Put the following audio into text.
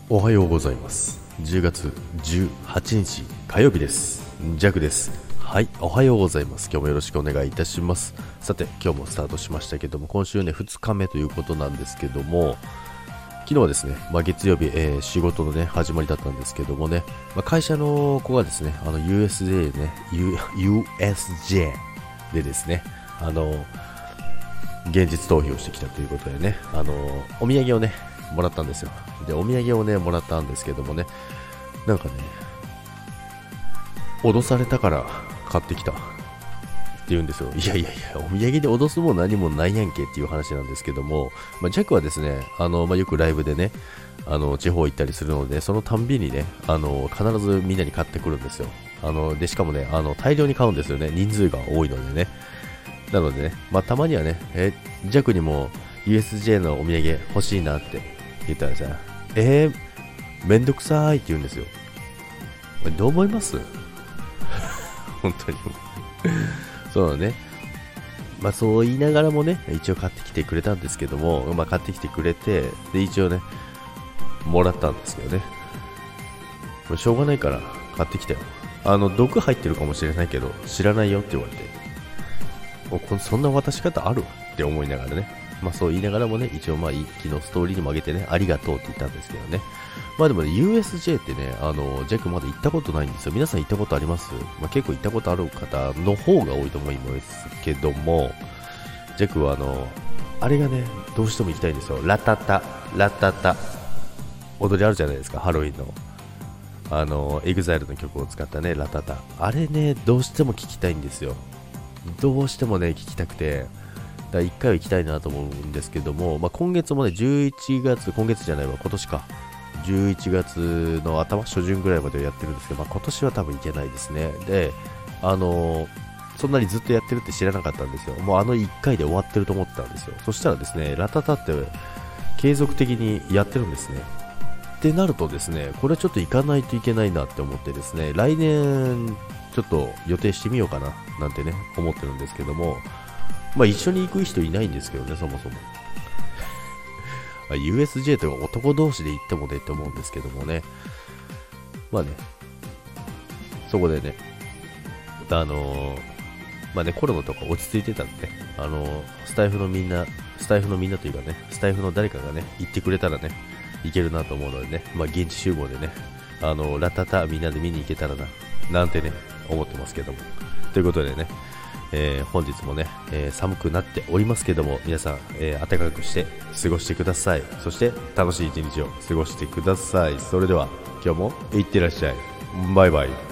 おはようございます。10月18日火曜日です。ジャクです。はい、おはようございます。今日もよろしくお願いいたします。さて、今日もスタートしましたけども、今週ね2日目ということなんですけども、昨日はですね、月曜日、仕事のね始まりだったんですけどもね、会社の子がですね、USJ ね、USJ でですね、現実逃避をしてきたということでね、お土産をねもらったんですよ。で、お土産をねもらったんですけどもね、なんかね、脅されたから買ってきたって言うんですよ。いやいやいや、お土産で脅すも何もないやんけっていう話なんですけども、ジャックはですね、よくライブでね、地方行ったりするので、そのたんびにね、必ずみんなに買ってくるんですよ。で、しかもね、大量に買うんですよね。人数が多いのでね。なのでね、たまにはね、ジャックにも USJ のお土産欲しいなって言ったらさ、めんどくさいって言うんですよ。どう思います本当にそうね。そう言いながらもね、一応買ってきてくれたんですけども、買ってきてくれて、で、一応ね、もらったんですけどね。これしょうがないから買ってきたよ。毒入ってるかもしれないけど、知らないよって言われて、そんな渡し方あるって思いながらね。そう言いながらもね、一応昨日ストーリーにもあげてね、ありがとうって言ったんですけどね。でもね、USJ ってね、ジャックまだ行ったことないんですよ。皆さん行ったことあります？結構行ったことある方の方が多いと思いますけども、ジャックはあれがね、どうしても行きたいんですよ。ラタタ、ラタタ。踊りあるじゃないですか、ハロウィンの。EXILE の曲を使ったね、ラタタ。あれね、どうしても聞きたいんですよ。どうしてもね、聞きたくて。1回は行きたいなと思うんですけども、今月もね、11月、今月じゃないわ、今年か。11月の頭、初旬ぐらいまでやってるんですけど、今年は多分行けないですね。で、そんなにずっとやってるって知らなかったんですよ。もう1回で終わってると思ってたんですよ。そしたらですね、ラタタって継続的にやってるんですね。ってなるとですね、これはちょっと行かないといけないなって思ってですね、来年ちょっと予定してみようかななんてね、思ってるんですけども、一緒に行く人いないんですけどね、そもそも。USJ とか男同士で行ってもねって思うんですけどもね。そこでね、コロナとか落ち着いてたんでね、スタイフのみんなというかね、スタイフの誰かがね、行ってくれたらね、行けるなと思うのでね、現地集合でね、ラタタみんなで見に行けたらな、なんてね、思ってますけども。ということでね、本日もね、寒くなっておりますけども、皆さん、暖かくして過ごしてください。そして楽しい一日を過ごしてください。それでは今日もいってらっしゃい。バイバイ。